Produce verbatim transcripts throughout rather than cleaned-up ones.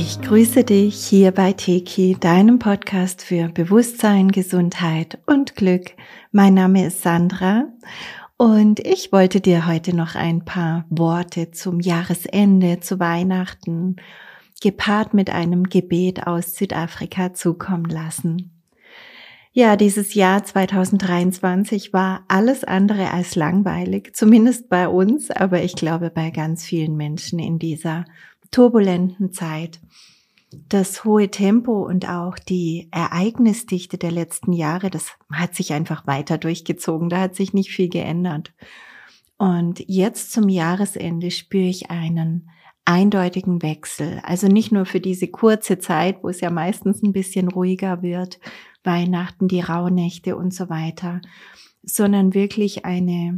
Ich grüße dich hier bei Teki, deinem Podcast für Bewusstsein, Gesundheit und Glück. Mein Name ist Sandra und ich wollte dir heute noch ein paar Worte zum Jahresende, zu Weihnachten, gepaart mit einem Gebet aus Südafrika zukommen lassen. Ja, dieses Jahr zwanzig dreiundzwanzig war alles andere als langweilig, zumindest bei uns, aber ich glaube bei ganz vielen Menschen in dieser turbulenten Zeit. Das hohe Tempo und auch die Ereignisdichte der letzten Jahre, das hat sich einfach weiter durchgezogen, da hat sich nicht viel geändert. Und jetzt zum Jahresende spüre ich einen eindeutigen Wechsel, also nicht nur für diese kurze Zeit, wo es ja meistens ein bisschen ruhiger wird, Weihnachten, die Rauhnächte und so weiter, sondern wirklich eine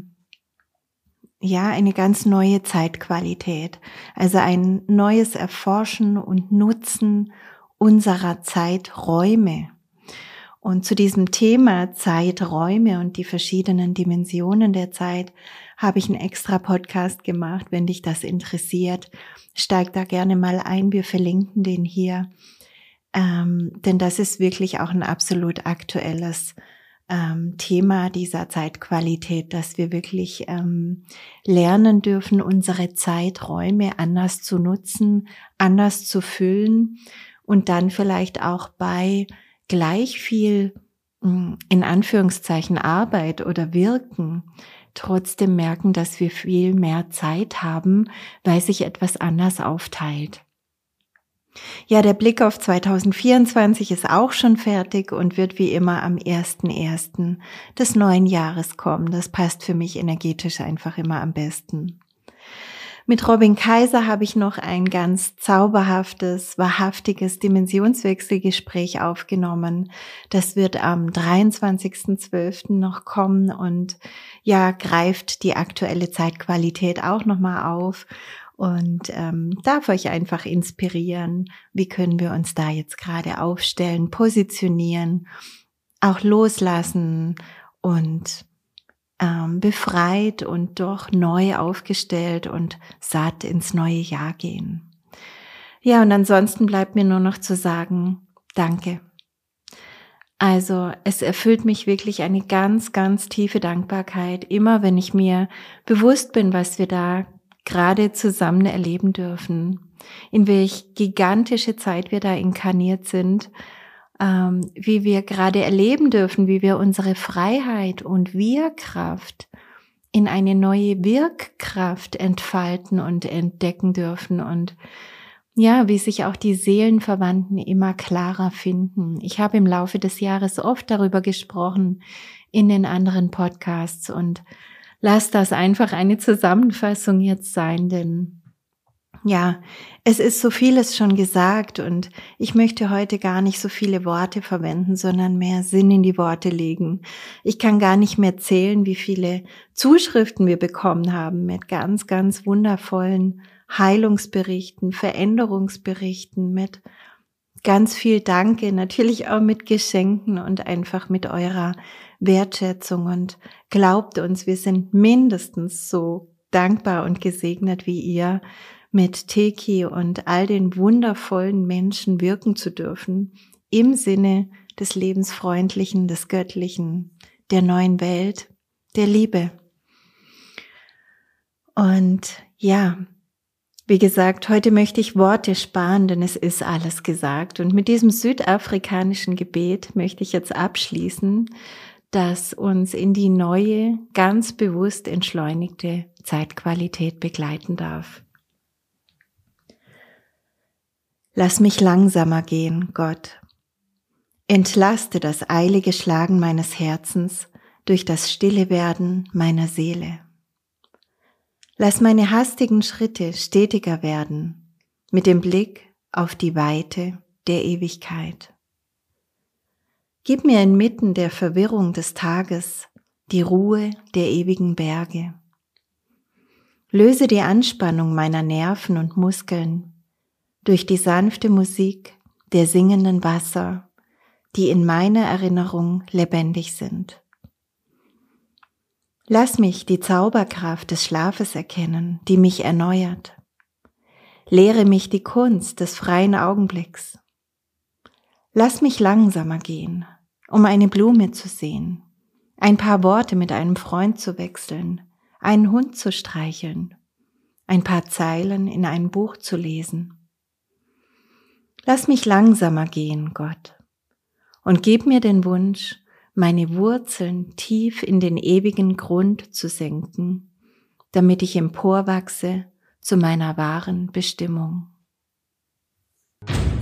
Ja, eine ganz neue Zeitqualität, also ein neues Erforschen und Nutzen unserer Zeiträume. Und zu diesem Thema Zeiträume und die verschiedenen Dimensionen der Zeit habe ich einen extra Podcast gemacht. Wenn dich das interessiert, steig da gerne mal ein. Wir verlinken den hier, ähm, denn das ist wirklich auch ein absolut aktuelles Ähm, Thema dieser Zeitqualität, dass wir wirklich ähm, lernen dürfen, unsere Zeiträume anders zu nutzen, anders zu füllen und dann vielleicht auch bei gleich viel mh, in Anführungszeichen Arbeit oder Wirken trotzdem merken, dass wir viel mehr Zeit haben, weil sich etwas anders aufteilt. Ja, der Blick auf zwanzig vierundzwanzig ist auch schon fertig und wird wie immer am ersten ersten des neuen Jahres kommen. Das passt für mich energetisch einfach immer am besten. Mit Robin Kaiser habe ich noch ein ganz zauberhaftes, wahrhaftiges Dimensionswechselgespräch aufgenommen. Das wird am dreiundzwanzigsten zwölften noch kommen und ja, greift die aktuelle Zeitqualität auch nochmal auf. Und ähm, darf euch einfach inspirieren, wie können wir uns da jetzt gerade aufstellen, positionieren, auch loslassen und ähm, befreit und doch neu aufgestellt und satt ins neue Jahr gehen. Ja, und ansonsten bleibt mir nur noch zu sagen, danke. Also es erfüllt mich wirklich eine ganz, ganz tiefe Dankbarkeit, immer wenn ich mir bewusst bin, was wir da gerade zusammen erleben dürfen, in welch gigantische Zeit wir da inkarniert sind, ähm, wie wir gerade erleben dürfen, wie wir unsere Freiheit und Wir-Kraft in eine neue Wirkkraft entfalten und entdecken dürfen und ja, wie sich auch die Seelenverwandten immer klarer finden. Ich habe im Laufe des Jahres oft darüber gesprochen in den anderen Podcasts und lass das einfach eine Zusammenfassung jetzt sein, denn ja, es ist so vieles schon gesagt und ich möchte heute gar nicht so viele Worte verwenden, sondern mehr Sinn in die Worte legen. Ich kann gar nicht mehr zählen, wie viele Zuschriften wir bekommen haben mit ganz, ganz wundervollen Heilungsberichten, Veränderungsberichten, mit ganz viel Danke, natürlich auch mit Geschenken und einfach mit eurer Wertschätzung und glaubt uns, wir sind mindestens so dankbar und gesegnet wie ihr, mit Teki und all den wundervollen Menschen wirken zu dürfen, im Sinne des Lebensfreundlichen, des Göttlichen, der neuen Welt, der Liebe. Und ja, wie gesagt, heute möchte ich Worte sparen, denn es ist alles gesagt. Und mit diesem südafrikanischen Gebet möchte ich jetzt abschließen, das uns in die neue, ganz bewusst entschleunigte Zeitqualität begleiten darf. Lass mich langsamer gehen, Gott. Entlaste das eilige Schlagen meines Herzens durch das stille Werden meiner Seele. Lass meine hastigen Schritte stetiger werden, mit dem Blick auf die Weite der Ewigkeit. Gib mir inmitten der Verwirrung des Tages die Ruhe der ewigen Berge. Löse die Anspannung meiner Nerven und Muskeln durch die sanfte Musik der singenden Wasser, die in meiner Erinnerung lebendig sind. Lass mich die Zauberkraft des Schlafes erkennen, die mich erneuert. Lehre mich die Kunst des freien Augenblicks. Lass mich langsamer gehen, um eine Blume zu sehen, ein paar Worte mit einem Freund zu wechseln, einen Hund zu streicheln, ein paar Zeilen in ein Buch zu lesen. Lass mich langsamer gehen, Gott, und gib mir den Wunsch, meine Wurzeln tief in den ewigen Grund zu senken, damit ich emporwachse zu meiner wahren Bestimmung.